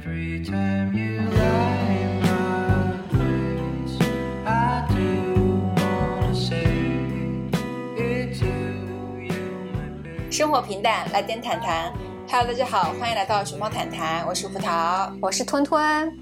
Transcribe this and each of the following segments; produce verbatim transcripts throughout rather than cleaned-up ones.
Every time you light my face, I do wanna say it to you, my baby. 生活平淡，来点谈谈。Hello， 大家好，欢迎来到熊猫谈谈，我是葡萄， 我是吞吞。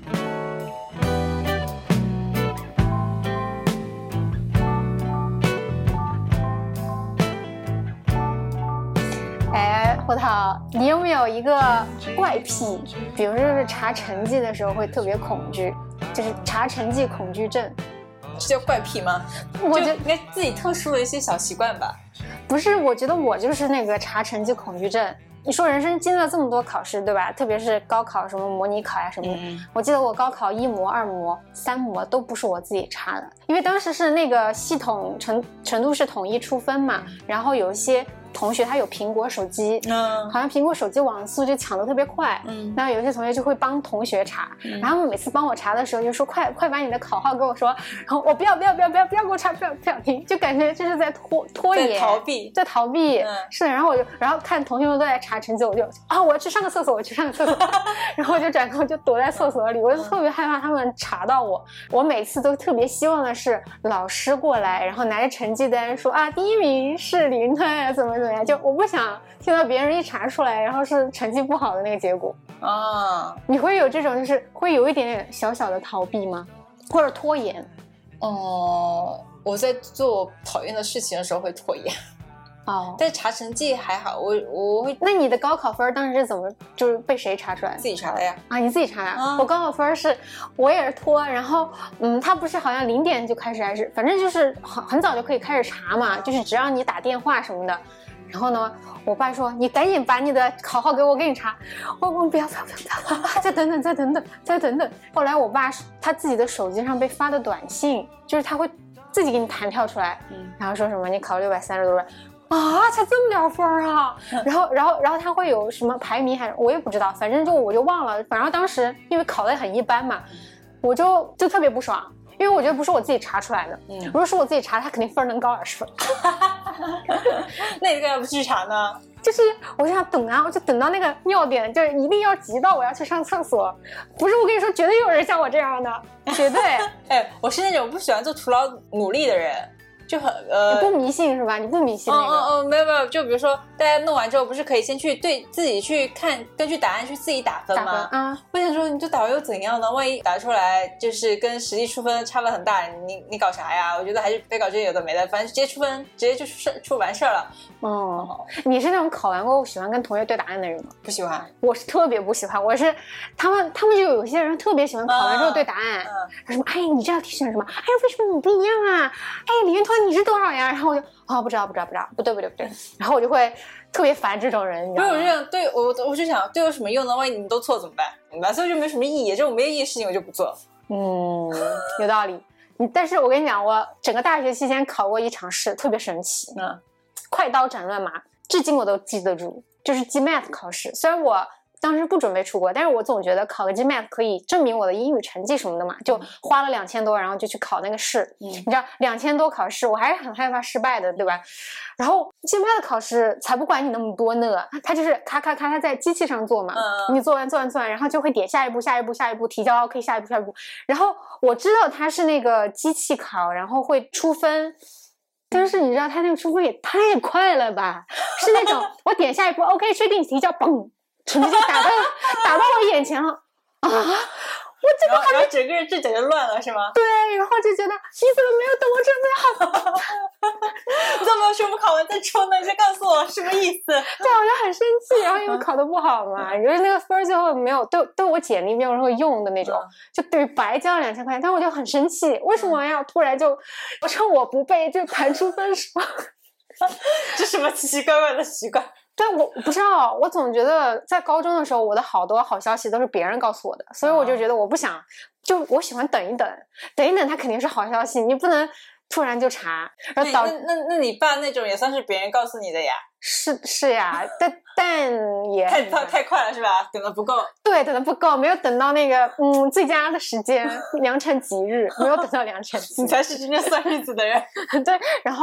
哎，葡萄，你有没有一个怪癖？比如说是查成绩的时候会特别恐惧，就是查成绩恐惧症。 这叫怪癖吗？ 我觉得应该自己特殊的一些小习惯吧。 不是，我觉得我就是那个查成绩恐惧症。你说人生经历了这么多考试，对吧？特别是高考什么模拟考呀什么的、嗯、我记得我高考一模二模三模都不是我自己查的，因为当时是那个系统程程度是统一出分嘛，然后有一些同学他有苹果手机、嗯、好像苹果手机网速就抢得特别快，嗯，然后有些同学就会帮同学查、嗯、然后每次帮我查的时候就说快快把你的考号给我说，然后我不要不要不要不要不要给我查，不要不要听，就感觉这是在拖拖延， 在逃避在逃避、嗯、是的。然后我就然后看同学们都在查成绩，我就啊我要去上个厕所，我去上个厕所然后我就转头就躲在厕所里，我就特别害怕他们查到我。我每次都特别希望的是老师过来，然后拿着成绩单说啊第一名是林特呀怎么怎么样，就我不想听到别人一查出来然后是成绩不好的那个结果啊。你会有这种就是会有一点点小小的逃避吗？或者拖延？ 哦、嗯，我在做讨厌的事情的时候会拖延哦，但是查成绩还好，我我会。 那你的高考分当时是怎么就是被谁查出来的？ 自己查的呀。 啊，你自己查的、啊？我高考分是我也是拖，然后嗯，他不是好像零点就开始还是，反正就是很很早就可以开始查嘛，啊、就是只要你打电话什么的。然后呢，我爸说你赶紧把你的考号给我，给你查。我我不要不要不要不要，再等等再等等再等等。后来我爸他自己的手机上被发的短信，就是他会自己给你弹跳出来，嗯，然后说什么你考六百三十多分。啊，才这么点分啊！然后，然后，然后他会有什么排名还是我也不知道，反正就我就忘了。反正当时因为考得很一般嘛，我就就特别不爽，因为我觉得不是我自己查出来的。嗯，如果是我自己查，他肯定分能高二十分。 那你干嘛不去查呢？ 就是我就想等啊，我就等到那个尿点，就是一定要急到我要去上厕所。不是我跟你说，绝对有人像我这样的，绝对。 哎，我是那种不喜欢做徒劳努力的人。就很呃， 你不迷信是吧？你不迷信那个？ 哦哦，没有没有，就比如说大家弄完之后，不是可以先去对自己去看，根据答案去自己打分吗？ 打分啊！ 我想说，你这打完又怎样呢？万一打出来就是跟实际出分差了很大，你你搞啥呀？我觉得还是别搞这些有的没的，反正直接出分，直接就出出完事儿了。 哦，你是那种考完过后喜欢跟同学对答案的人吗？ 不喜欢， 我是特别不喜欢。我是他们他们就有些人特别喜欢考完之后对答案，嗯嗯、什么哎你这道题选什么？哎为什么你不一样啊？哎李云彤你是多少呀？然后我就啊、哦、不知道不知道不知道不对不对不对，然后我就会特别烦这种人，你知道吗？ 我这样对我我就想对有什么用呢？万一你们都错怎么办？怎么办？所以就没什么意义，这种没意义的事情我就不做。 嗯，有道理。但是我跟你讲，我整个大学期间考过一场试，特别神奇。嗯。快刀斩乱麻，至今我都记得住，就是 G M A T 考试。虽然我当时不准备出国，但是我总觉得考个 G M A T 可以证明我的英语成绩什么的嘛，就花了两千多，然后就去考那个试。嗯，你知道两千多考试，我还是很害怕失败的，对吧？然后 G M A T 考试才不管你那么多呢，它就是咔咔咔，它在机器上做嘛，嗯、你做完做完做完，然后就会点下一步下一步下一步，提交 OK 下一步下一步。然后我知道它是那个机器考，然后会出分。但是你知道他那个出分也太快了吧，是那种我点下一步 OK 确定提交，嘣，成绩就打到打到我眼前了啊！我这个然后整个人这整个乱了是吗？ 对，然后就觉得你怎么没有等我准备好？ 你怎么没有说我们考完再出呢？你再告诉我什么意思？对， 我就很生气，然后因为考得不好嘛，因为那个分最后没有对对我简历没有任何用的那种，嗯、就等于白交了两千块钱，但我就很生气，为什么要突然就我趁我不备就弹出分数？ 这什么奇奇怪怪的习惯？ 对，我不知道，我总觉得在高中的时候，我的好多好消息都是别人告诉我的，所以我就觉得我不想，就我喜欢等一等，等一等，它肯定是好消息，你不能突然就查，然后导那那那你爸那种也算是别人告诉你的呀？ 是是呀，但但也太太太快了是吧？等的不够， 对，等的不够，没有等到那个嗯最佳的时间，良辰吉日，没有等到良辰吉日， 你才是真正算日子的人。 对，然后。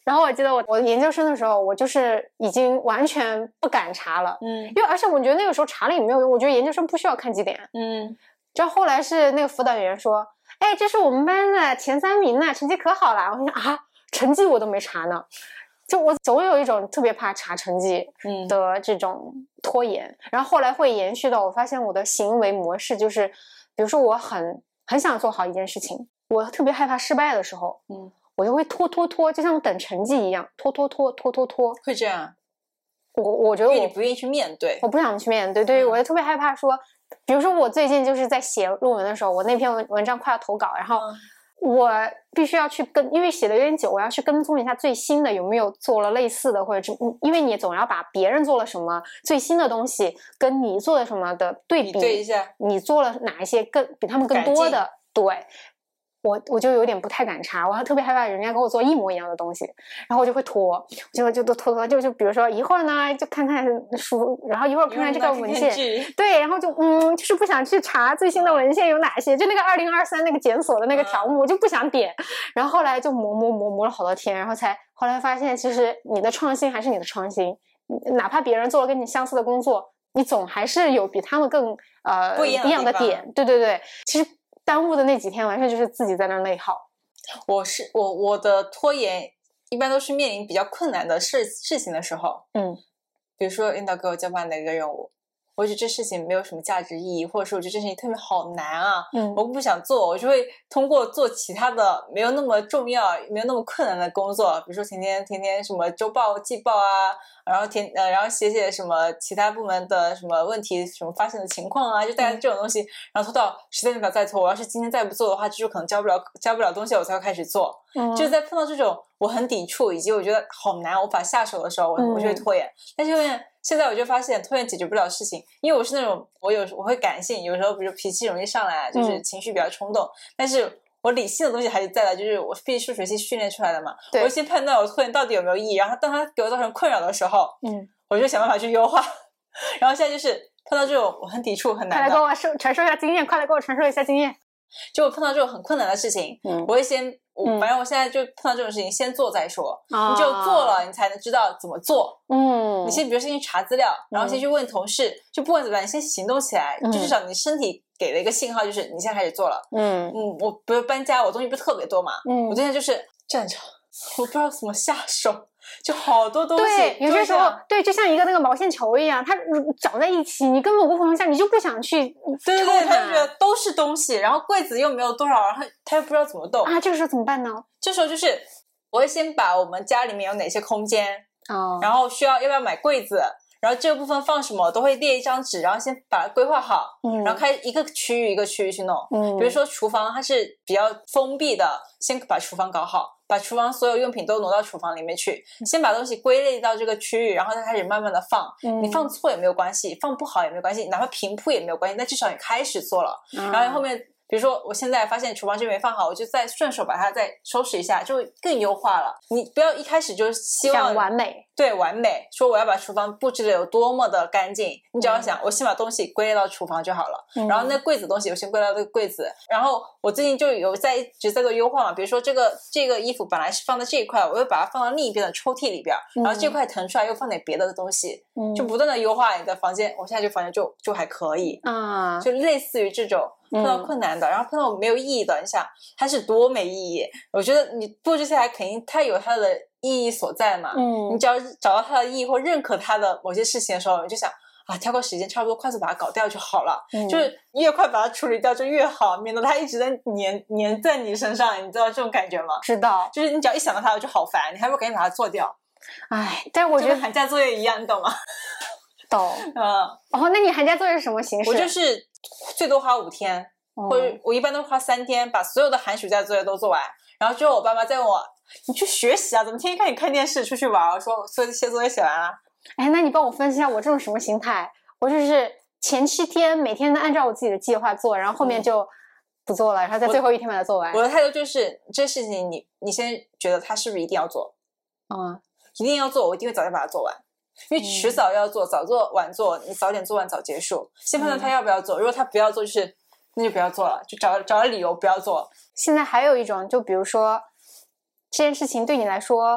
然后我记得我我研究生的时候，我就是已经完全不敢查了， 嗯因为而且我觉得那个时候查了也没有用，我觉得研究生不需要看绩点。 嗯， 就后来是那个辅导员说，哎，这是我们班的前三名呢，成绩可好了。我说啊，成绩我都没查呢，就我总有一种特别怕查成绩的这种拖延，嗯、然后后来会延续到我发现我的行为模式就是，比如说我很很想做好一件事情，我特别害怕失败的时候，嗯。我就会拖拖拖，就像我等成绩一样，拖拖拖拖拖拖， 会这样。 我我觉得我因为你不愿意去面对， 我不想去面对，对、嗯、我就特别害怕说，比如说我最近就是在写论文的时候，我那篇文文章快要投稿，然后我必须要去跟，因为写的有点久，我要去跟踪一下最新的有没有做了类似的，或者是因为你总要把别人做了什么最新的东西跟你做的什么的对比， 比对一下， 你做了哪一些更比他们更多的，对。我我就有点不太敢查，我还特别害怕人家给我做一模一样的东西，然后我就会拖，就就都拖拖，就就比如说一会儿呢就看看书，然后一会儿看看这个文件，对，然后就嗯就是不想去查最新的文献有哪些，就那个二零二三那个检索的那个条目我就不想点，然后后来就磨磨磨磨了好多天，然后才后来发现其实你的创新还是你的创新，哪怕别人做了跟你相似的工作，你总还是有比他们更呃不一样的点，对对对，其实。耽误的那几天完全就是自己在那内耗。 我是我我的拖延一般都是面临比较困难的事事情的时候，嗯，比如说领导给我交办的一个任务，我觉得这事情没有什么价值意义，或者说我觉得这事情特别好难啊，嗯，我不想做，我就会通过做其他的没有那么重要、没有那么困难的工作，比如说天天天天什么周报、季报啊，然后天呃，然后写写什么其他部门的什么问题、什么发现的情况啊，就大概这种东西，然后拖到时间表再拖。我要是今天再不做的话，这就可能交不了交不了东西，我才会开始做。嗯，就是在碰到这种我很抵触以及我觉得好难我无法下手的时候，我我就会拖延。嗯、但是现在我就发现拖延解决不了事情，因为我是那种我有我会感性，有时候比如脾气容易上来，就是情绪比较冲动，嗯、但是。我理性的东西还是在的，就是我毕竟数学系训练出来的嘛，我先判断我拖延到底有没有意义，然后当它给我造成困扰的时候，嗯，我就想办法去优化。然后现在就是碰到这种我很抵触很难的， 快来给我说传授一下经验，快来给我传授一下经验。 就我碰到这种很困难的事情，嗯，我会先，我反正我现在就碰到这种事情，先做再说。嗯、你只有做了，你才能知道怎么做。嗯，你先比如先去查资料，然后先去问同事，嗯、就不管怎么样，你先行动起来，嗯、就至少你身体。给了一个信号，就是你现在开始做了。嗯嗯，我不是搬家，我东西不是特别多嘛。嗯，我现在就是站着，我不知道怎么下手，就好多东西。 对，有些时候，对，就像一个那个毛线球一样，它长在一起，你根本无从下，你就不想去抽它。 对对对，他就觉得都是东西，然后柜子又没有多少，然后他又不知道怎么动啊。这个时候怎么办呢？ 这时候就是我会先把我们家里面有哪些空间，哦，然后需要要不要买柜子。然后这个部分放什么都会列一张纸，然后先把它规划好，嗯，然后开一个区域一个区域去弄，嗯，比如说厨房它是比较封闭的，先把厨房搞好，把厨房所有用品都挪到厨房里面去，嗯、先把东西归类到这个区域，然后再开始慢慢的放，嗯，你放错也没有关系，放不好也没有关系，哪怕平铺也没有关系，但至少你开始做了，嗯、然后后面。比如说我现在发现厨房这边没放好，我就再顺手把它再收拾一下，就更优化了。你不要一开始就希望想完美， 对，完美，说我要把厨房布置的有多么的干净，你只要想、嗯、我先把东西归类到厨房就好了、嗯、然后那柜子的东西我先归到这个柜子，然后我最近就有在一直在做优化嘛，比如说这个这个衣服本来是放在这一块，我又把它放到另一边的抽屉里边、嗯、然后这块腾出来又放点别的东西、嗯、就不断的优化你的房间。我现在这房间就就还可以啊，就类似于这种碰到困难的、嗯、然后碰到没有意义的，你想它是多没意义，我觉得你布置下来肯定它有它的意义所在嘛，嗯，你只要找到它的意义或认可它的某些事情的时候，你就想啊，挑个时间差不多快速把它搞掉就好了、嗯、就是越快把它处理掉就越好，免得它一直在粘粘在你身上，你知道这种感觉吗？ 知道， 就是你只要一想到它我就好烦，你还不如赶紧把它做掉。 哎，但我觉得寒假作业一样，你懂吗？ 懂。嗯，哦，那你寒假作业是什么形式？ 我就是最多花五天、嗯、或者我一般都花三天把所有的寒暑假作业都做完，然后之后我爸妈再问我你去学习啊，怎么天天看你看电视出去玩，我说所有的写作业写完了。 哎，那你帮我分析一下我这种什么心态？我就是前七天每天按照我自己的计划做，然后后面就不做了、嗯、然后在最后一天把它做完。 我的态度就是这事情你你先觉得它是不是一定要做，嗯，一定要做我一定会早点把它做完，因为迟早要做、嗯、早做晚做，你早点做完早结束，先判断他要不要做、嗯、如果他不要做就是那就不要做了，就找找个理由不要做。 现在还有一种，就比如说这件事情对你来说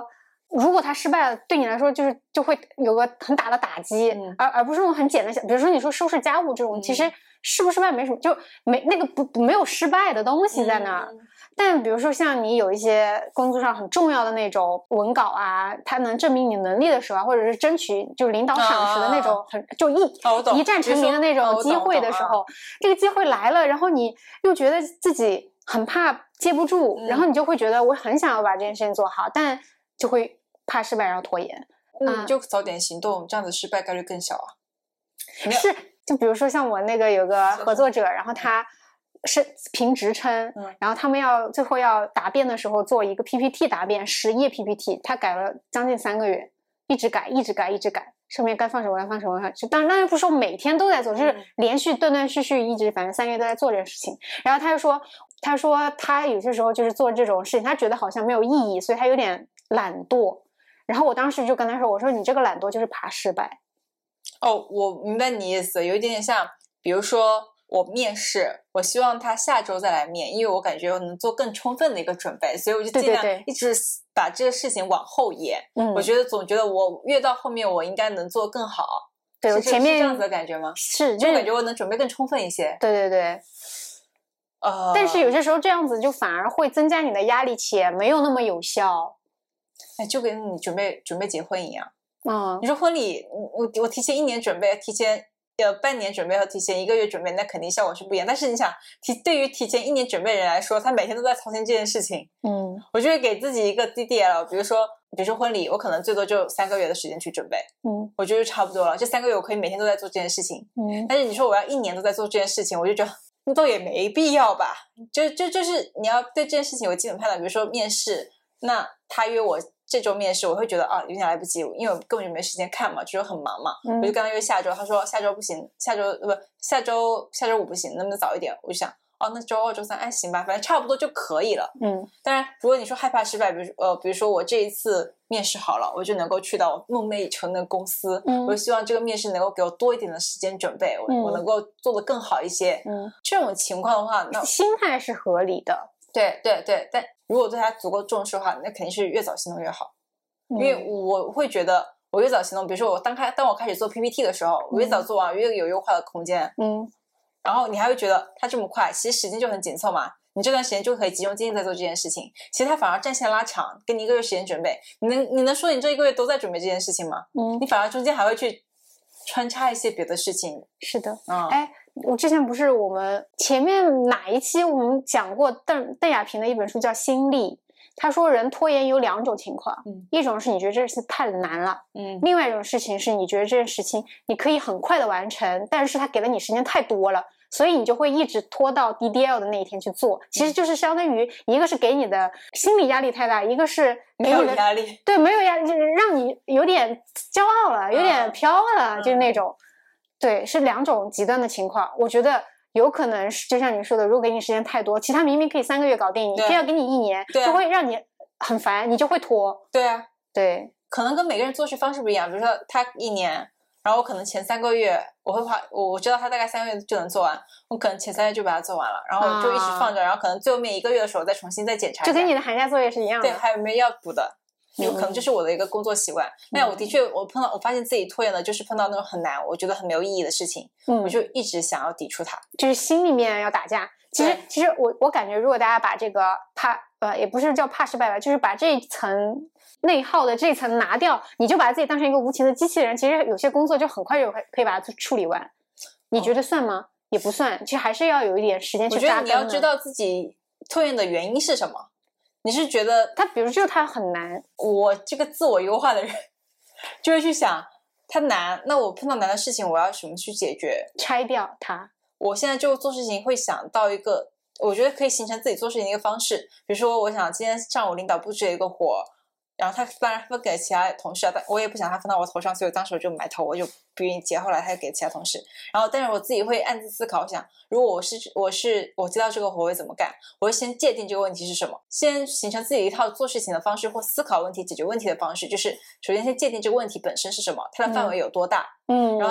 如果它失败了，对你来说就是就会有个很大的打击，嗯、而而不是那种很简单的，比如说你说收拾家务这种，嗯、其实失不失败没什么，就没那个不没有失败的东西在那儿。嗯、但比如说像你有一些工作上很重要的那种文稿啊，它能证明你能力的时候，或者是争取就领导赏识的那种很、啊、就一、哦、一战成名的那种机会的时候，这个机会来了，然后你又觉得自己很怕接不住，嗯、然后你就会觉得我很想要把这件事情做好，但就会怕失败，然后拖延。 嗯，你就早点行动，这样子失败概率更小啊。 是，就比如说像我那个有个合作者，然后他是评职称，嗯、然后他们要最后要答辩的时候做一个 P P T 答辩，十页 P P T， 他改了将近三个月，一直改，一直改，一直改，上面该放什么该放什么，就当然当然不是说每天都在做，就是连续断断续续一直，反正三个月都在做这件事情。然后他就说，他说他有些时候就是做这种事情，他觉得好像没有意义，所以他有点懒惰。然后我当时就跟他说，我说你这个懒惰就是怕失败。 哦，我明白你意思，有一点点像，比如说我面试，我希望他下周再来面，因为我感觉我能做更充分的一个准备，所以我就尽量一直把这个事情往后延。 嗯， 我觉得总觉得我越到后面我应该能做更好。 对，我前面是这样子的感觉吗？ 是， 就感觉我能准备更充分一些。 对对对。 呃， 但是有些时候这样子就反而会增加你的压力，且没有那么有效。 哎，就跟你准备准备结婚一样。 嗯， 你说婚礼，我我提前一年准备，提前呃半年准备和提前一个月准备，那肯定效果是不一样。但是你想，提对于提前一年准备的人来说，他每天都在操心这件事情。 嗯， 我就会给自己一个 D D L， 比如说比如说婚礼，我可能最多就三个月的时间去准备。 嗯， 我觉得差不多了。这三个月我可以每天都在做这件事情。 嗯， 但是你说我要一年都在做这件事情，我就觉得那倒也没必要吧。就就就是你要对这件事情有基本判断，比如说面试，那他约我这周面试，我会觉得啊有点来不及，因为我根本就没时间看嘛，就是很忙嘛。嗯、我就跟他约下周，他说下周不行，下周不下周下周五不行，能不能早一点？我就想哦，那周二周三哎行吧，反正差不多就可以了。 嗯， 当然如果你说害怕失败，比如呃比如说我这一次面试好了，我就能够去到梦寐以求的公司，嗯、我就希望这个面试能够给我多一点的时间准备，我、嗯、我能够做得更好一些。 嗯， 这种情况的话，那心态是合理的。 对对对，但如果对他足够重视的话，那肯定是越早行动越好。因为我会觉得我越早行动，比如说我当开当我开始做 P P T 的时候，我越早做完越有优化的空间。 嗯， 然后你还会觉得它这么快，其实时间就很紧凑嘛，你这段时间就可以集中精力在做这件事情。其实它反而战线拉长，给你一个月时间准备，你能你能说你这一个月都在准备这件事情吗？ 嗯， 你反而中间还会去穿插一些别的事情。 是的， 嗯， 哎，我之前不是我们前面哪一期我们讲过邓邓亚萍的一本书叫《心力》。他说人拖延有两种情况， 嗯， 一种是你觉得这件事太难了， 嗯， 另外一种事情是你觉得这件事情你可以很快的完成，但是他给了你时间太多了，所以你就会一直拖到 D D L 的那一天去做。其实就是相当于一个是给你的心理压力太大，一个是给你的没有压力， 对，没有压力，就是让你有点骄傲了，有点飘了，嗯、就是那种，对，是两种极端的情况。我觉得有可能是就像你说的，如果给你时间太多，其他明明可以三个月搞定，你非要给你一年，就会让你很烦，你就会拖。 对啊， 对， 可能跟每个人做事方式不一样。比如说他一年，然后我可能前三个月我会花，我我知道他大概三个月就能做完，我可能前三个月就把它做完了，然后就一直放着，啊、然后可能最后面一个月的时候再重新再检查一下， 就跟你的寒假作业是一样的。 对，还有没有要补的。有可能就是我的一个工作习惯，那、嗯、我的确我碰到我发现自己拖延的就是碰到那种很难我觉得很没有意义的事情， 嗯， 我就一直想要抵触它， 就是心里面要打架。其实其实我我感觉如果大家把这个怕呃也不是叫怕失败吧，就是把这一层内耗的这一层拿掉，你就把自己当成一个无情的机器人，其实有些工作就很快就可以把它处理完。你觉得算吗？哦、也不算，其实还是要有一点时间去扎根的。 我觉得你要知道自己拖延的原因是什么。你是觉得他比如就他很难， 我这个自我优化的人就会去想他难，那我碰到难的事情我要什么去解决， 拆掉它。 我现在就做事情会想到一个我觉得可以形成自己做事情的一个方式，比如说我想今天上午领导布置了一个活，然后他当然分给其他同事啊，但我也不想他分到我头上，所以我当时我就埋头，我就不愿意接，后来他就给其他同事。然后但是我自己会暗自思考，想如果我是我是我接到这个活我会怎么干，我会先界定这个问题是什么，先形成自己一套做事情的方式或思考问题解决问题的方式，就是首先先界定这个问题本身是什么，它的范围有多大， 嗯， 然后它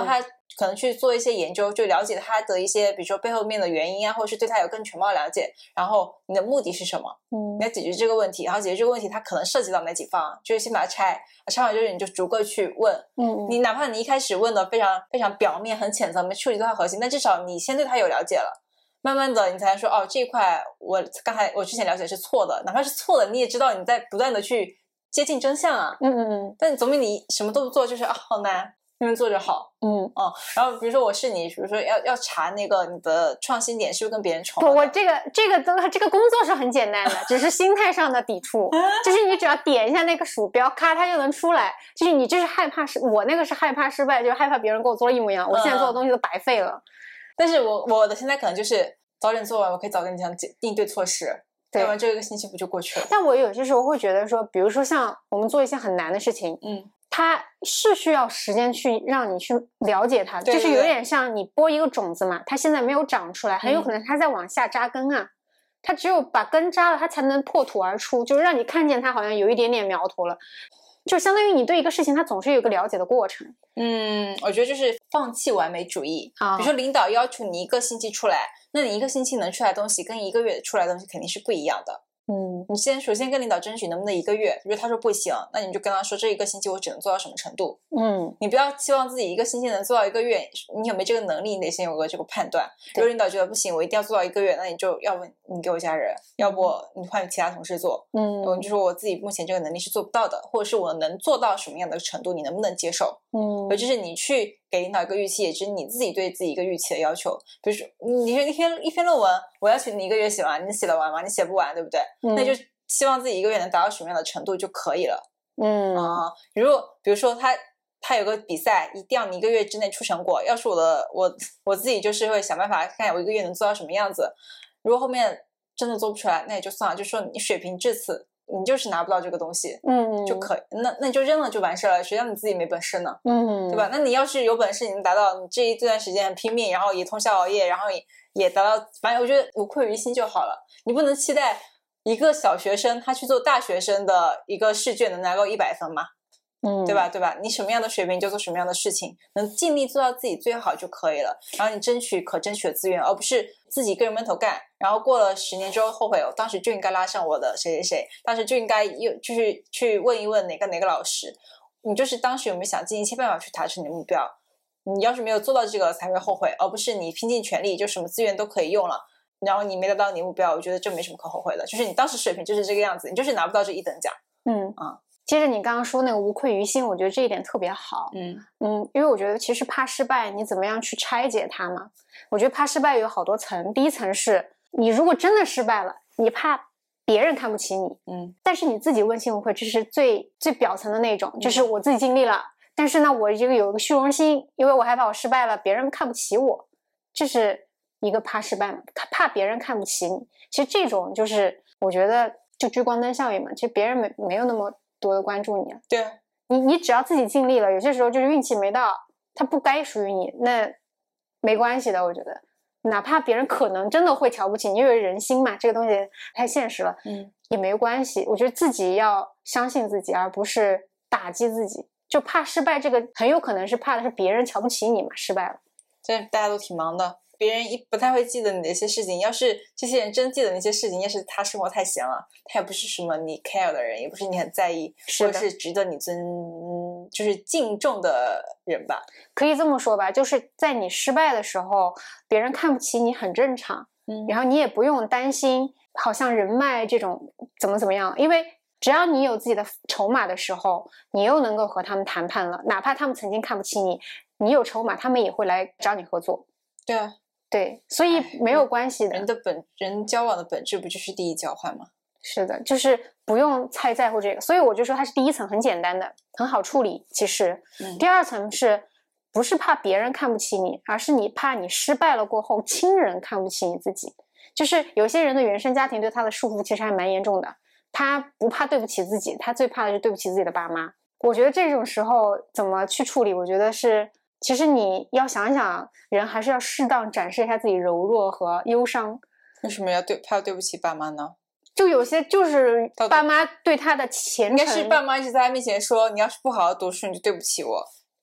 可能去做一些研究，就了解他的一些比如说背后面的原因啊，或者是对他有更全貌了解，然后你的目的是什么， 嗯， 你要解决这个问题，然后解决这个问题它可能涉及到哪几方，就是先把它拆，拆完之后你就逐个去问， 嗯， 你哪怕你一开始问的非常非常表面很浅层，没触及到它核心，但至少你先对它有了解了，慢慢的你才能说哦，这一块我刚才我之前了解是错的，哪怕是错的你也知道你在不断的去接近真相啊， 嗯嗯嗯， 但总比你什么都不做就是啊好难，因为做着好， 嗯嗯，然后比如说我是你，比如说要要查那个你的创新点是不是跟别人重不，我这个这个都这个工作是很简单的，只是心态上的抵触，就是你只要点一下那个鼠标，咔，它就能出来，就是你就是害怕失，我那个是害怕失败，就是害怕别人跟我做的一模一样，我现在做的东西都白费了。嗯、 但是我我的现在可能就是早点做完，我可以早点讲应对措施。 对， 要不然这个星期不就过去了？ 但我有些时候会觉得说，比如说像我们做一些很难的事情， 嗯， 它是需要时间去让你去了解它， 对对对， 就是有点像你播一个种子嘛，它现在没有长出来，很有可能它在往下扎根啊，嗯、它只有把根扎了，它才能破土而出，就是让你看见它好像有一点点苗头了，就相当于你对一个事情它总是有一个了解的过程。 嗯，我觉得就是放弃完美主义啊，比如说领导要求你一个星期出来，那你一个星期能出来的东西跟一个月出来的东西肯定是不一样的。 嗯， 你先首先跟领导争取能不能一个月，如果他说不行，那你就跟他说这一个星期我只能做到什么程度。 嗯， 你不要期望自己一个星期能做到一个月，你有没有这个能力，你得先有个这个判断。如果领导觉得不行，我一定要做到一个月，那你就要不你给我加人，要不你换其他同事做。 嗯， 我就说我自己目前这个能力是做不到的，或者是我能做到什么样的程度，你能不能接受？ 嗯， 而就是你去给领导一个预期，也是你自己对自己一个预期的要求。比如说你说一篇一篇论文，我要求你一个月写完，你写得完吗？你写不完，对不对？ 嗯、 那就希望自己一个月能达到什么样的程度就可以了。 嗯啊、呃，如果比如说他他有个比赛，一定要你一个月之内出成果。要是我的我我自己就是会想办法看我一个月能做到什么样子。如果后面真的做不出来，那也就算了，就说你水平至此，你就是拿不到这个东西， 嗯， 就可以，那那你就扔了就完事了，谁让你自己没本事呢？ 嗯， 对吧？那你要是有本事，你能达到，你这一段时间拼命，然后也通宵熬夜，然后也也达到，反正我觉得无愧于心就好了。你不能期待一个小学生他去做大学生的一个试卷能拿够一百分嘛？嗯，对吧？对吧？你什么样的水平就做什么样的事情，能尽力做到自己最好就可以了。然后你争取可争取的资源，而不是自己一个人闷头干，然后过了十年之后后悔，我当时就应该拉上我的谁谁谁，当时就应该又就是去问一问哪个哪个老师。你就是当时有没有想尽一切办法去达成你的目标？你要是没有做到这个才会后悔，而不是你拼尽全力就什么资源都可以用了，然后你没达到你目标，我觉得这没什么可后悔的。就是你当时水平就是这个样子，你就是拿不到这一等奖。 嗯啊。接着你刚刚说那个无愧于心，我觉得这一点特别好。 嗯嗯，因为我觉得其实怕失败，你怎么样去拆解它嘛？我觉得怕失败有好多层。第一层是你如果真的失败了，你怕别人看不起你， 嗯， 但是你自己问心无愧，这是最最表层的那种，就是我自己尽力了，嗯、但是呢，我这个有一个虚荣心，因为我害怕我失败了，别人看不起我，这是一个怕失败嘛，怕别人看不起你。其实这种就是我觉得就聚光灯效应嘛，其实别人没没有那么多的关注你， 对你你只要自己尽力了，有些时候就是运气没到，它不该属于你，那没关系的。我觉得哪怕别人可能真的会瞧不起你，因为人心嘛，这个东西太现实了， 嗯， 也没关系。我觉得自己要相信自己，而不是打击自己。就怕失败，这个很有可能是怕的是别人瞧不起你嘛，失败了。 这大家都挺忙的，别人一不太会记得你的一些事情，要是这些人真记得那些事情，要是他生活太闲了，他也不是什么你 care 的人，也不是你很在意，或者是值得你尊就是敬重的人吧。 可以这么说吧，就是在你失败的时候，别人看不起你很正常， 嗯， 然后你也不用担心好像人脉这种怎么怎么样，因为只要你有自己的筹码的时候，你又能够和他们谈判了，哪怕他们曾经看不起你，你有筹码，他们也会来找你合作。 对啊， 对，所以没有关系的。 人的本人交往的本质不就是利益交换吗？ 是的，就是不用太在乎这个。所以我就说它是第一层很简单的，很好处理。其实， 嗯、 第二层是不是怕别人看不起你，而是你怕你失败了过后，亲人看不起你自己。就是有些人的原生家庭对他的束缚其实还蛮严重的，他不怕对不起自己，他最怕的是对不起自己的爸妈。我觉得这种时候怎么去处理，我觉得是。其实你要想想，人还是要适当展示一下自己柔弱和忧伤。 为什么要对怕对不起爸妈呢？ 就有些就是爸妈对他的虔诚， 应该是爸妈一直在他面前说，你要是不好好读书，你就对不起我。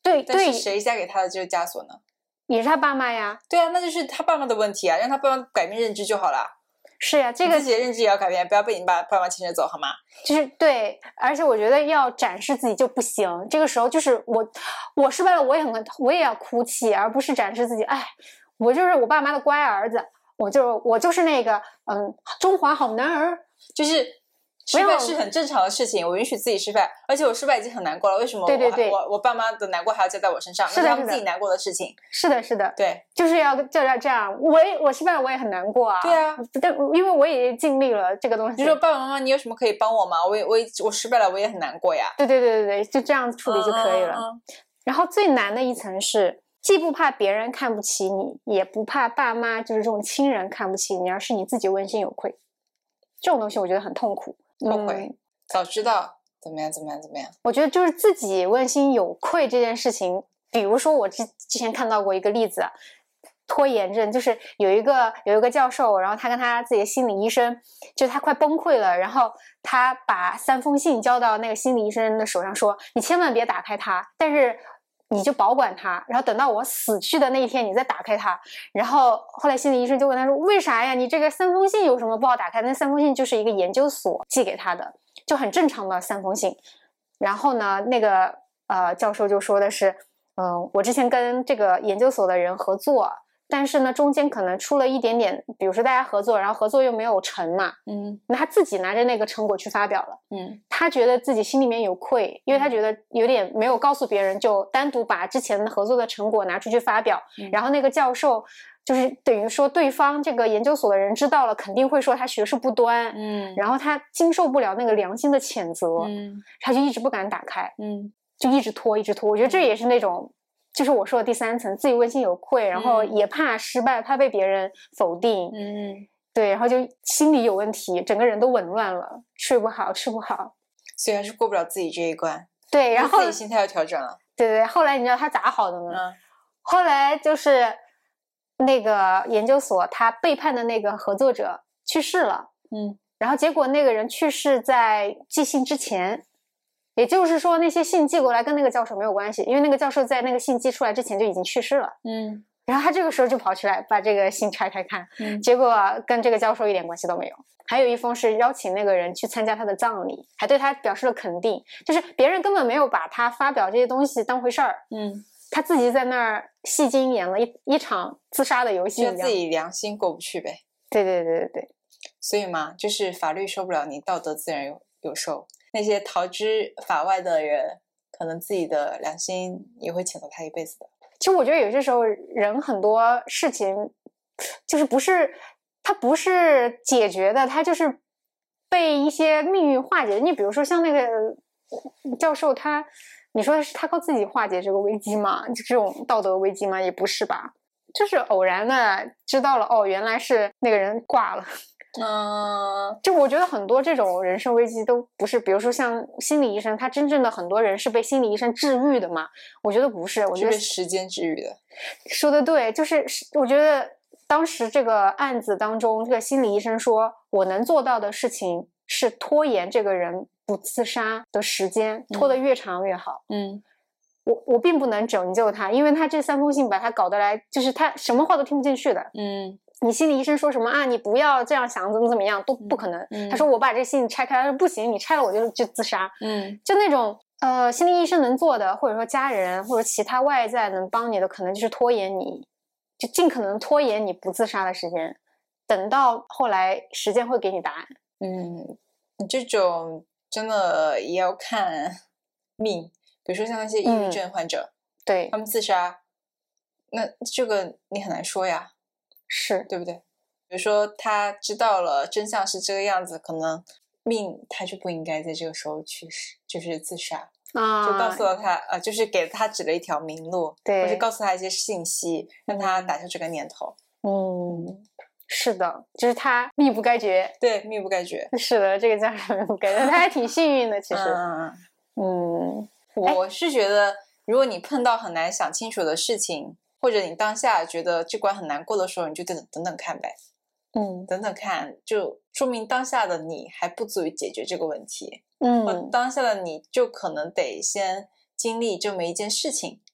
对但是对， 谁加给他的这个枷锁呢？ 也是他爸妈呀。 对啊，那就是他爸妈的问题啊，让他爸妈改变认知就好了。 是呀，这个自己的认知也要改变，不要被你爸爸妈牵着走，好吗？ 就是对，而且我觉得要展示自己就不行。这个时候就是我，我失败了，我也很，我也要哭泣，而不是展示自己。哎，我就是我爸妈的乖儿子，我就我就是那个嗯，中华好男儿， 就是。失败是很正常的事情，我允许自己失败，而且我失败已经很难过了，为什么我对对对我我爸妈的难过还要加在我身上？ 是的， 那是他们自己难过的事情。 是的，是的， 对， 就是要就要这样。我也我失败了，我也很难过啊。 对啊， 但因为我也尽力了这个东西。 就说爸爸妈妈，你有什么可以帮我吗？我也我也我失败了，我也很难过呀。 对对对对对，就这样处理就可以了。 嗯嗯、 然后最难的一层是，既不怕别人看不起你，也不怕爸妈就是这种亲人看不起你，而是你自己问心有愧。这种东西我觉得很痛苦， 后悔。嗯早知道怎么样怎么样怎么样， 我觉得就是自己问心有愧这件事情。比如说我之之前看到过一个例子，拖延症，就是有一个有一个教授，然后他跟他自己的心理医生，就是他快崩溃了，然后他把三封信交到那个心理医生的手上，说你千万别打开它，但是你就保管它，然后等到我死去的那一天你再打开它。然后后来心理医生就问他说，为啥呀？你这个三封信有什么不好打开？那三封信就是一个研究所寄给他的，就很正常的三封信。然后呢，那个呃教授就说的是，嗯、呃，我之前跟这个研究所的人合作，但是呢中间可能出了一点点，比如说大家合作，然后合作又没有成嘛，嗯，那他自己拿着那个成果去发表了，嗯，他觉得自己心里面有愧，因为他觉得有点没有告诉别人，就单独把之前合作的成果拿出去发表，嗯，然后那个教授就是等于说对方这个研究所的人知道了，肯定会说他学术不端，嗯，然后他经受不了那个良心的谴责，嗯，他就一直不敢打开，嗯，就一直拖一直拖。我觉得这也是那种就是我说的第三层，自己问心有愧，然后也怕失败，怕被别人否定，嗯，对，然后就心理有问题，整个人都紊乱了，睡不好吃不好， 所以还是过不了自己这一关。 对，然后自己心态要调整了。 对对，后来你知道他咋好的呢？嗯，后来就是那个研究所他背叛的那个合作者去世了，嗯，然后结果那个人去世在寄信之前，也就是说那些信寄过来跟那个教授没有关系，因为那个教授在那个信寄出来之前就已经去世了，嗯，然后他这个时候就跑出来把这个信拆开看，嗯，结果跟这个教授一点关系都没有。还有一封是邀请那个人去参加他的葬礼，还对他表示了肯定，就是别人根本没有把他发表这些东西当回事儿，嗯，他自己在那儿戏精演了一一场自杀的游戏一样， 就自己良心过不去呗。 对对对对对， 所以嘛，就是法律受不了你，道德自然有有受。那些逃之法外的人，可能自己的良心也会谴责他一辈子的。 其实我觉得有些时候人很多事情就是不是他不是解决的，他就是被一些命运化解的。你比如说像那个教授他，你说是他靠自己化解这个危机吗？就这种道德危机吗？也不是吧，就是偶然的知道了，哦，原来是那个人挂了。嗯，就我觉得很多这种人生危机都不是，比如说像心理医生，他真正的很多人是被心理医生治愈的嘛？我觉得不是，我觉得是被时间治愈的。 说的对，就是我觉得当时这个案子当中，这个心理医生说，我能做到的事情是拖延这个人不自杀的时间，拖得越长越好。嗯，我我并不能拯救他，因为他这三封信把他搞得来，就是他什么话都听不进去的。嗯。你心理医生说什么啊？你不要这样想，怎么怎么样都不可能。嗯、他说我把这信拆开，他说不行，你拆了我就就自杀。嗯，就那种呃，心理医生能做的，或者说家人或者其他外在能帮你的，可能就是拖延你，就尽可能拖延你不自杀的时间，等到后来时间会给你答案。嗯， 你这种真的也要看命，比如说像那些抑郁症患者， 嗯、对他们自杀，那这个你很难说呀。 是对不对？比如说他知道了真相是这个样子，可能命他就不应该在这个时候去世，就是自杀啊，就告诉了他呃，就是给他指了一条明路，对，或者告诉他一些信息，让他打消这个念头。 嗯，是的，就是他命不该绝， 对，命不该绝， 是的，这个家人命不该绝，他还挺幸运的，其实。嗯嗯，我是觉得，如果你碰到很难想清楚的事情。或者你当下觉得这关很难过的时候，你就等等等看呗，嗯，等等看，就说明当下的你还不足以解决这个问题，嗯，当下的你就可能得先经历这么一件事情，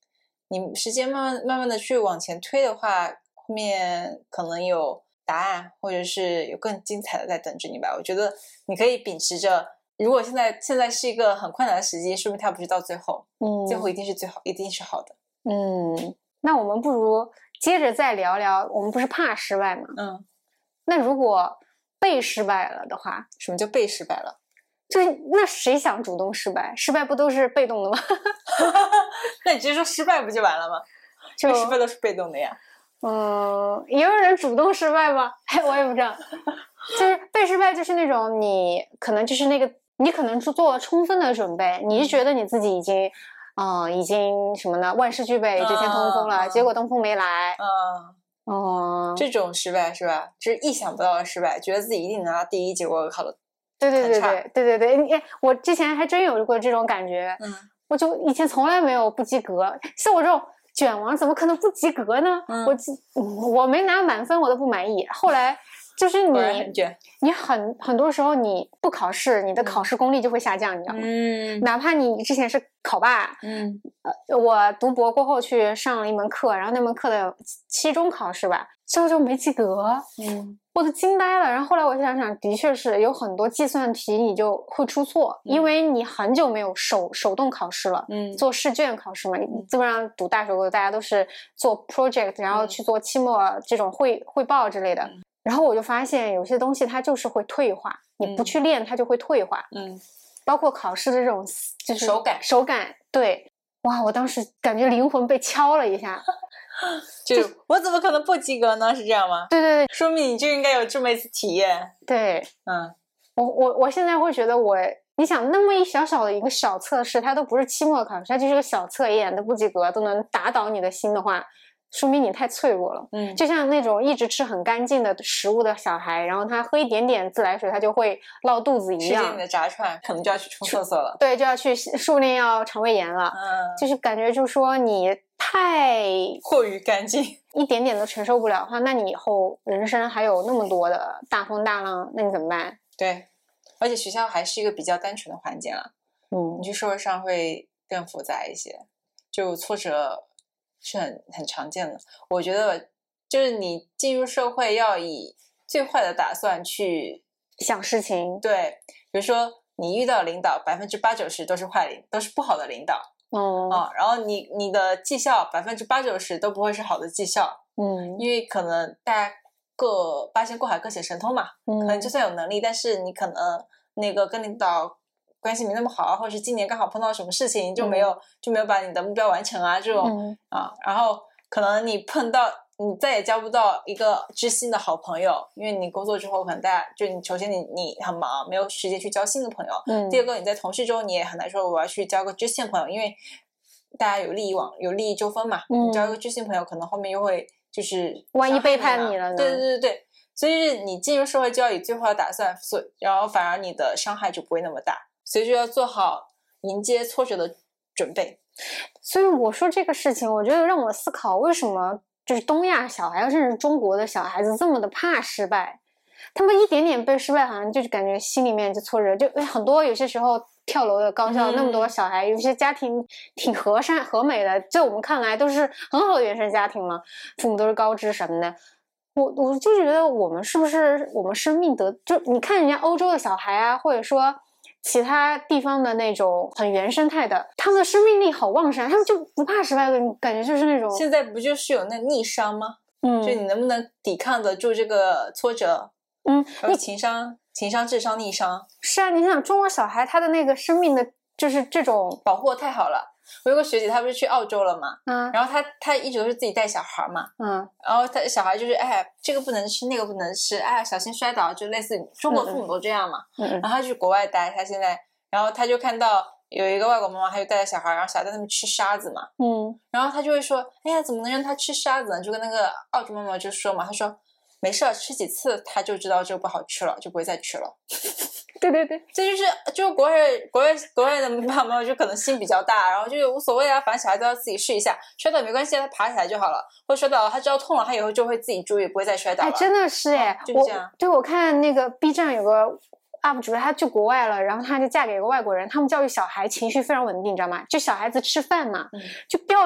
你时间慢慢慢慢的去往前推的话，后面可能有答案，或者是有更精彩的在等着你吧。我觉得你可以秉持着，如果现在现在是一个很困难的时机，说明它不是到最后，嗯，最后一定是最好，一定是好的。 嗯，那我们不如接着再聊聊，我们不是怕失败吗？嗯，那如果被失败了的话， 什么叫被失败了？ 就是那谁想主动失败？失败不都是被动的吗？ 那你直接说失败不就完了吗？就失败都是被动的呀。 嗯，也有人主动失败吗？我也不知道。就是被失败，就是那种你可能就是那个，你可能做了充分的准备，你是觉得你自己已经，嗯、呃，已经什么呢？万事俱备，这先通风了，嗯、结果东风没来。嗯。 哦、嗯，这种失败是吧？就是意想不到的失败，觉得自己一定能拿第一，结果考了。 对对对对对对对，哎，我之前还真有过这种感觉。嗯。我就以前从来没有不及格，像我这种卷王怎么可能不及格呢？嗯、我我没拿满分我都不满意。后来就是你很卷， 你很很多时候你不考试，你的考试功力就会下降，你知道吗？嗯，哪怕你之前是考霸，嗯，呃，我读博过后去上了一门课，然后那门课的期中考试吧，最后就没及格，嗯。我都惊呆了，然后后来我想想，的确是有很多计算题你就会出错，嗯、因为你很久没有手手动考试了，嗯，做试卷考试嘛，嗯、基本上读大学大家都是做 project， 然后去做期末这种汇汇报之类的，嗯、然后我就发现有些东西它就是会退化，你不去练它就会退化，嗯，包括考试的这种就是手感手感，对，哇，我当时感觉灵魂被敲了一下。 就我怎么可能不及格呢？是这样吗？ 对对对， 说明你就应该有这么一次体验。 对，嗯，我我我现在会觉得我，你想那么一小小的一个小测试，它都不是期末考试，它就是个小测验，都不及格都能打倒你的心的话，说明你太脆弱了。嗯，就像那种一直吃很干净的食物的小孩，然后他喝一点点自来水，他就会落肚子一样。 吃进你的炸串，可能就要去冲厕所了。 对，就要去，说不定要肠胃炎了。嗯，就是感觉就是说你太过于干净， 一点点都承受不了的话，那你以后人生还有那么多的大风大浪，那你怎么办？ 对，而且学校还是一个比较单纯的环境了。嗯，你去社会上会更复杂一些，就挫折是很很常见的。我觉得就是你进入社会要以最坏的打算去想事情。 对，比如说你遇到领导百分之八九十都是坏领，都是不好的领导。嗯啊，然后你你的绩效百分之八九十都不会是好的绩效，嗯，因为可能大家各八仙过海各显神通嘛，嗯，可能就算有能力，但是你可能那个跟领导关系没那么好啊，或者是今年刚好碰到什么事情就没有、嗯、就没有把你的目标完成啊，这种、嗯、啊，然后可能你碰到你再也交不到一个知心的好朋友，因为你工作之后可能大家就你首先你你很忙，没有时间去交新的朋友。嗯。第二个，你在同事中你也很难说我要去交个知心朋友，因为大家有利益网有利益纠纷嘛。嗯。你交一个知心朋友，可能后面又会就是万一背叛你了呢？ 对对对对，所以是你进入社会就要以最坏的打算，所然后反而你的伤害就不会那么大，所以就要做好迎接挫折的准备。 所以我说这个事情，我觉得让我思考为什么。就是东亚小孩，甚至中国的小孩子这么的怕失败，他们一点点被失败，好像就是感觉心里面就挫折。就很多有些时候跳楼的高校、嗯、那么多小孩，有些家庭挺和善和美的，在我们看来都是很好的原生家庭了，父母都是高知什么的。我我就觉得我们是不是我们生命得就你看人家欧洲的小孩啊，或者说其他地方的那种很原生态的，他们的生命力好旺盛，他们就不怕失败的感觉，就是那种现在不就是有那逆商吗？嗯，就你能不能抵抗得住这个挫折？嗯，你情商、情商、智商、逆商。 是啊，你想中国小孩他的那个生命的，就是这种保护太好了。我有个学姐，她不是去澳洲了嘛，嗯，然后她她一直都是自己带小孩嘛，嗯，然后她小孩就是哎，这个不能吃，那个不能吃，哎，小心摔倒，就类似中国父母都这样嘛，嗯，然后她去国外待，她现在，然后她就看到有一个外国妈妈，她就带着小孩，然后小孩在那边吃沙子嘛，嗯，然后她就会说，哎呀，怎么能让他吃沙子呢？就跟那个澳洲妈妈就说嘛，她说没事，吃几次他就知道这个不好吃了，就不会再吃了。 对对对， 这就是就国外国外国外的爸妈就可能心比较大，然后就无所谓啊，反正小孩都要自己试一下，摔倒没关系，他爬起来就好了，或者摔倒了他知道痛了，他以后就会自己注意，不会再摔倒了。 哎，真的是哎、 哦，就是这样。 对，我看那个 B 站有个 U P 主，他去国外了，然后他就嫁给一个外国人，他们教育小孩情绪非常稳定，你知道吗？就小孩子吃饭嘛，嗯、就不要在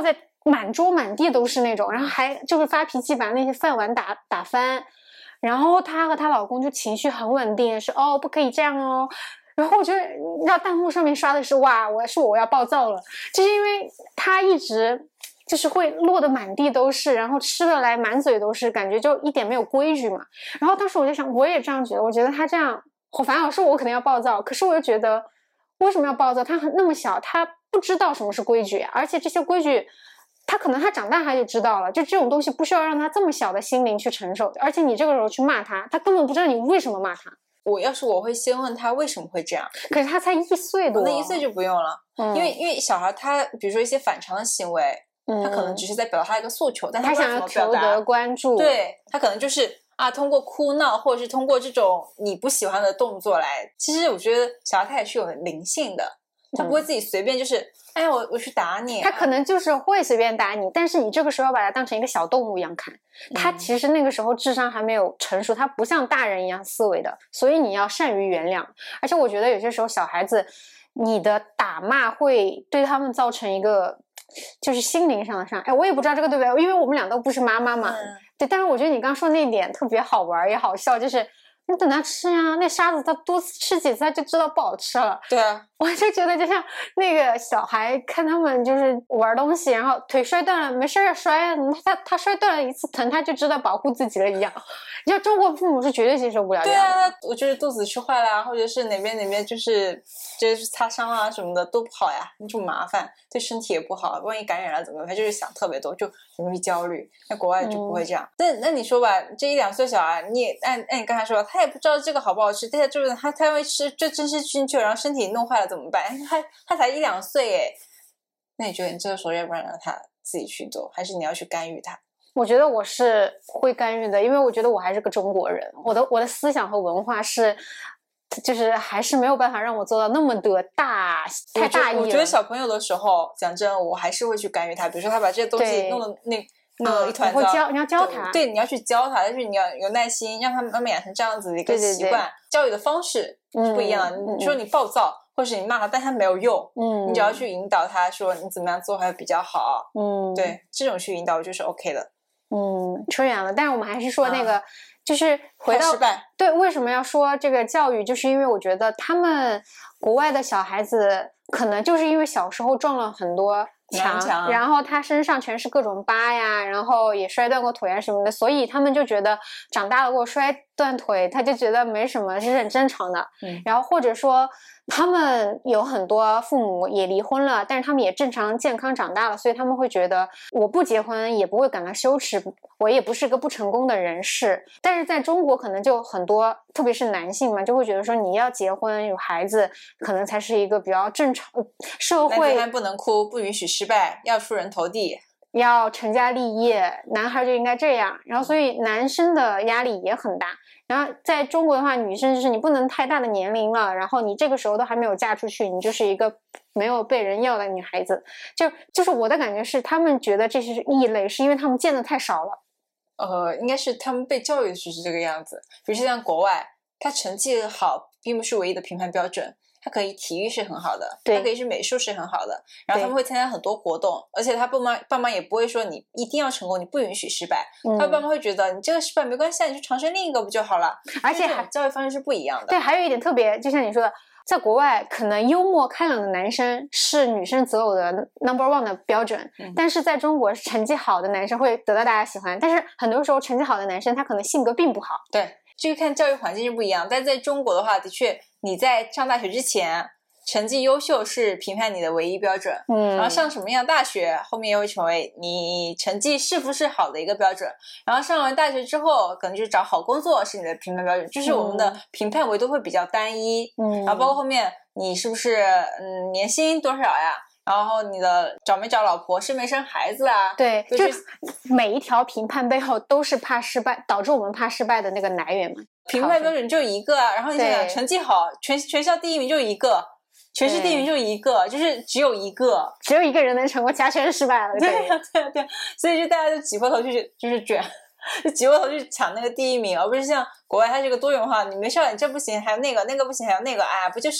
满桌满地都是那种，然后还就是发脾气把那些饭碗打打翻，然后她和她老公就情绪很稳定，是哦不可以这样哦。然后我觉得让弹幕上面刷的是哇，我是我要暴躁了，就是因为她一直就是会落得满地都是，然后吃的来满嘴都是，感觉就一点没有规矩嘛。然后当时我就想，我也这样觉得，我觉得她这样，反正是我肯定要暴躁，可是我又觉得为什么要暴躁？她很那么小，她不知道什么是规矩，而且这些规矩她可能她长大她就知道了，就这种东西不需要让她这么小的心灵去承受，而且你这个时候去骂她，她根本不知道你为什么骂她。 我要是我会先问他为什么会这样， 可是他才一岁多， 那一岁就不用了，嗯、因为因为小孩他比如说一些反常的行为，嗯、他可能只是在表达他一个诉求，但他想要求得关注， 对他可能就是啊通过哭闹或者是通过这种你不喜欢的动作来，其实我觉得小孩他也是有灵性的，他不会自己随便就是。嗯哎呀，我我去打你、啊。 他可能就是会随便打你，但是你这个时候要把它当成一个小动物一样看。他其实那个时候智商还没有成熟，他不像大人一样思维的，所以你要善于原谅。而且我觉得有些时候小孩子，你的打骂会对他们造成一个就是心灵上的伤。哎，我也不知道这个对不对，因为我们俩都不是妈妈嘛。嗯、对，但是我觉得你刚说那一点特别好玩也好笑，就是你等他吃呀，那沙子他多吃几次他就知道不好吃了。 对啊。 我就觉得就像那个小孩看他们就是玩东西，然后腿摔断了，没事儿摔啊，他他摔断了一次疼，他就知道保护自己了一样。你知道中国父母是绝对接受不了这样的。 对啊，我觉得肚子吃坏了啊，或者是哪边哪边就是就是擦伤啊什么的都不好呀，就麻烦，对身体也不好，万一感染了怎么办？他就是想特别多，就容易焦虑。那国外就不会这样。那、嗯、那你说吧，这一两岁小孩，你也按按你刚才说，他也不知道这个好不好吃，但是就是他他会吃，就真吃进去，然后身体弄坏了。怎么办？他他才一两岁耶，那你觉得你这个时候要不然让他自己去做，还是你要去干预他？ 我觉得我是会干预的，因为我觉得我还是个中国人，我的我的思想和文化是，就是还是没有办法让我做到那么的大太大意了。 我觉得小朋友的时候，讲真，我还是会去干预他，比如说他把这些东西弄得那。弄一团糟， 你会教你要教他， 对，你要去教他，但是你要有耐心，让他慢慢养成这样子的一个习惯。教育的方式是不一样的。嗯、你说你暴躁，嗯、或是你骂他，但他没有用，嗯，你只要去引导他说你怎么样做还比较好，嗯，对，这种去引导我就是 OK 的。 嗯，扯远了，但是我们还是说那个，啊、就是回到失败， 对，为什么要说这个教育？就是因为我觉得他们国外的小孩子可能就是因为小时候撞了很多。强， 强然后他身上全是各种疤呀，然后也摔断过腿啊什么的，所以他们就觉得长大了给我摔断腿，他就觉得没什么，是很正常的。嗯，然后或者说他们有很多父母也离婚了，但是他们也正常健康长大了，所以他们会觉得我不结婚也不会感到羞耻，我也不是个不成功的人士。但是在中国可能就很多，特别是男性嘛，就会觉得说你要结婚有孩子，可能才是一个比较正常社会。 男子汉不能哭，不允许失败，要出人头地， 要成家立业，男孩就应该这样。然后所以男生的压力也很大。然后在中国的话，女生就是你不能太大的年龄了，然后你这个时候都还没有嫁出去，你就是一个没有被人要的女孩子。就就是我的感觉是，他们觉得这是异类，是因为他们见的太少了。 呃，应该是他们被教育的就是这个样子。比如说像国外，他成绩好并不是唯一的评判标准。他可以体育是很好的，他可以是美术是很好的，然后他们会参加很多活动，而且他爸妈爸妈也不会说你一定要成功，你不允许失败。嗯、他爸妈会觉得你这个失败没关系，你去尝试另一个不就好了？ 而且还教育方式是不一样的。 对，还有一点特别，就像你说的，在国外可能幽默开朗的男生是女生择偶的 number one 的标准，嗯、但是在中国成绩好的男生会得到大家喜欢，但是很多时候成绩好的男生他可能性格并不好。 对，这个看教育环境是不一样，但在中国的话，的确你在上大学之前。成绩优秀是评判你的唯一标准，嗯，然后上什么样大学后面又会成为你成绩是不是好的一个标准，然后上完大学之后可能就是找好工作是你的评判标准，就是我们的评判维度会比较单一，嗯，然后包括后面你是不是嗯年薪多少呀，然后你的找没找老婆生没生孩子啊， 对， 就是、 就每一条评判背后都是怕失败，导致我们怕失败的那个来源嘛。 评判标准就一个啊，然后你想想成绩好，全全校第一名就一个。全市第一名就一个，就是只有一个， 只有一个人能成功，其他全是失败了。 对呀、啊，对呀、啊，对、啊，所以就大家就挤破头去，就是卷，就挤破头去抢那个第一名，而不是像国外它这个多元化，你没事你这不行，还有那个，那个不行，还有那个，哎，不就是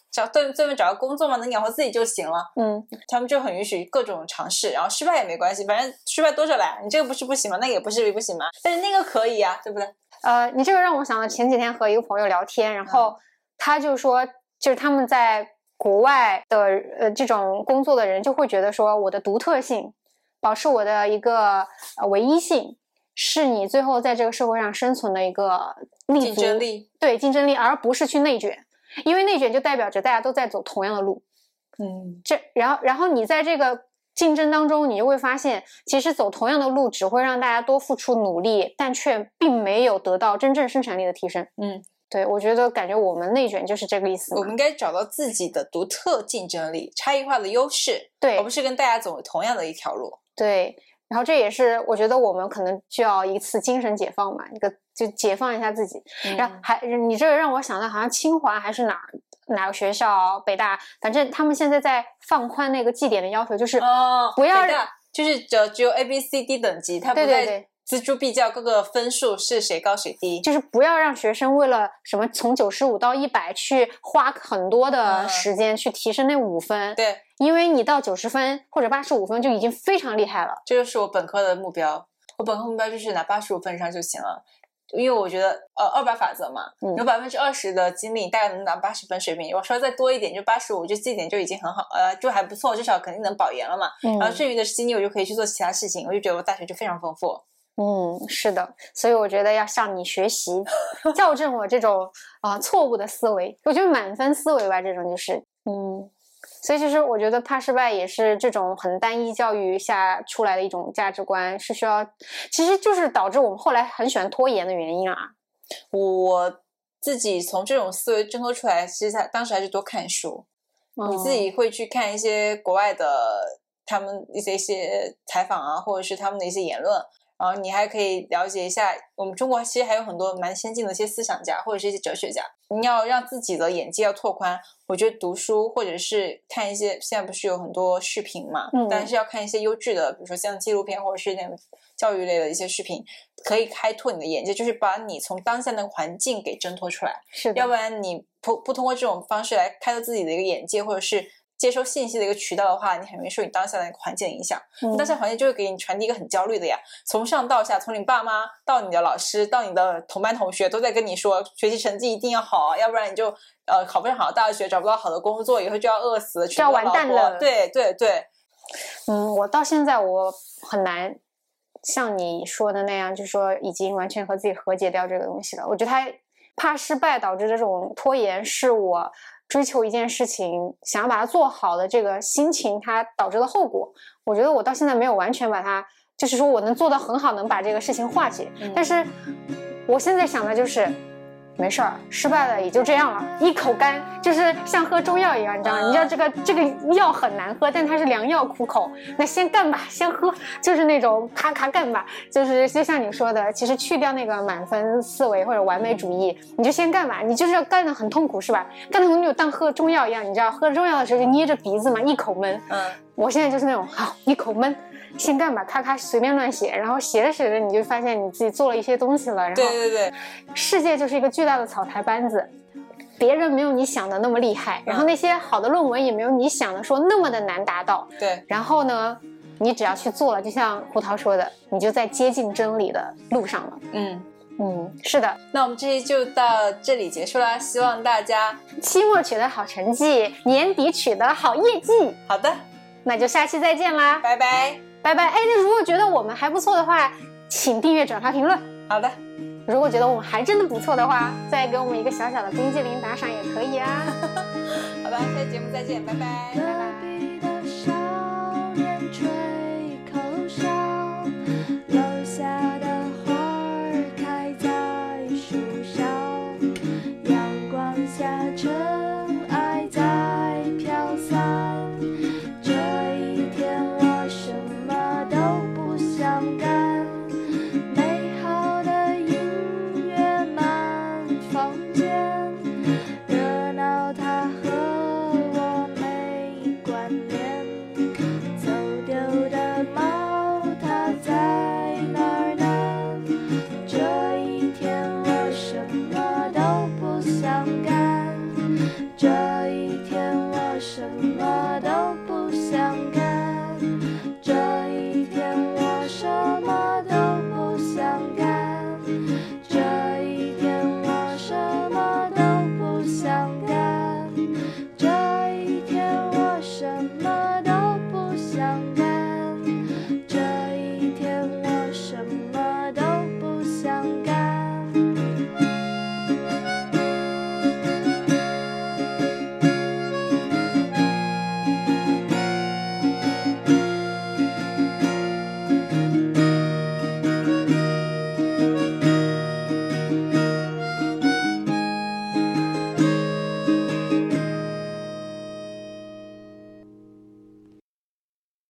找对对面找个工作嘛，能养活自己就行了。 嗯， 他们就很允许各种尝试，然后失败也没关系，反正失败多着来。你这个不是不行吗？那个也不是不行吗？但是那个可以啊，对不对？ 呃，你这个让我想到前几天和一个朋友聊天，然后他就说，就是他们在国外的呃这种工作的人就会觉得说，我的独特性，保持我的一个呃唯一性，是你最后在这个社会上生存的一个立足竞争力， 对竞争力，而不是去内卷，因为内卷就代表着大家都在走同样的路。 嗯， 这然后然后你在这个竞争当中，你就会发现，其实走同样的路只会让大家多付出努力，但却并没有得到真正生产力的提升。 嗯， 对，我觉得感觉我们内卷就是这个意思嘛。 我们应该找到自己的独特竞争力、差异化的优势， 对， 而不是跟大家走同样的一条路。 对，然后这也是我觉得我们可能需要一次精神解放嘛，一个就解放一下自己。 嗯、 然后还你这个让我想到，好像清华还是哪儿哪个学校，北大，反正他们现在在放宽那个绩点的要求，就是不要、 哦、北大就是只只有 A B C D 等级，它不在锱铢必较各个分数是谁高谁低， 就是不要让学生为了什么从九十五到一百去花很多的时间去提升那五分。 嗯、对， 因为你到九十分或者八十五分就已经非常厉害了。 这就是我本科的目标，我本科目标就是拿八十五分以上就行了。因为我觉得呃二八法则嘛，嗯、有百分之二十的精力大概能拿八十分水平，我稍微再多一点就八十五，就这一点就已经很好，呃就还不错，至少肯定能保研了嘛。嗯、然后剩余的精力我就可以去做其他事情，我就觉得我大学就非常丰富。 嗯，是的，所以我觉得要向你学习，校正我这种啊、呃、错误的思维。我觉得满分思维吧，这种就是嗯。所以其实我觉得怕失败也是这种很单一教育下出来的一种价值观，是需要，其实就是导致我们后来很喜欢拖延的原因啊。 我自己从这种思维挣脱出来，其实当时还是多看书。嗯、你自己会去看一些国外的他们一些一些采访啊，或者是他们的一些言论。然后你还可以了解一下，我们中国其实还有很多蛮先进的一些思想家或者是一些哲学家。你要让自己的眼界要拓宽，我觉得读书或者是看一些，现在不是有很多视频嘛，嗯、但是要看一些优质的，比如说像纪录片或者是那种教育类的一些视频，可以开拓你的眼界，就是把你从当下的环境给挣脱出来。 是的， 要不然你不不通过这种方式来开拓自己的一个眼界，或者是接收信息的一个渠道的话，你很容易受你当下的环境的影响。嗯、当下环境就会给你传递一个很焦虑的呀，从上到下，从你爸妈到你的老师到你的同班同学都在跟你说学习成绩一定要好，要不然你就呃考不上好的大学，找不到好的工作，以后就要饿死， 就要完蛋了。 对对对， 嗯，我到现在我很难像你说的那样，就是说已经完全和自己和解掉这个东西了。我觉得他怕失败导致这种拖延，是我追求一件事情想要把它做好的这个心情它导致的后果。我觉得我到现在没有完全把它，就是说我能做得很好，能把这个事情化解、嗯、但是我现在想的就是没事儿，失败了也就这样了，一口干，就是像喝中药一样，你知道吗？你知道这个这个药很难喝，但它是良药苦口，那先干吧，先喝，就是那种咔咔干吧，就是就像你说的，其实去掉那个满分思维或者完美主义，你就先干吧，你就是要干得很痛苦是吧？干得很痛苦当喝中药一样，你知道喝中药的时候就捏着鼻子嘛，一口闷。嗯，我现在就是那种好一口闷。先干吧，咔咔随便乱写，然后写着写着你就发现你自己做了一些东西了，然后对对对， 世界就是一个巨大的草台班子，别人没有你想的那么厉害，然后那些好的论文也没有你想的说那么的难达到， 对， 然后呢你只要去做了，就像胡桃说的，你就在接近真理的路上了。 嗯嗯，是的， 那我们这期就到这里结束啦，希望大家期末取得好成绩，年底取得好业绩。 好的， 那就下期再见啦， 拜拜拜拜。哎，那如果觉得我们还不错的话，请订阅、转发、评论。 好的， 如果觉得我们还真的不错的话，再给我们一个小小的冰激凌打赏也可以啊。 好吧，下期节目再见，拜拜。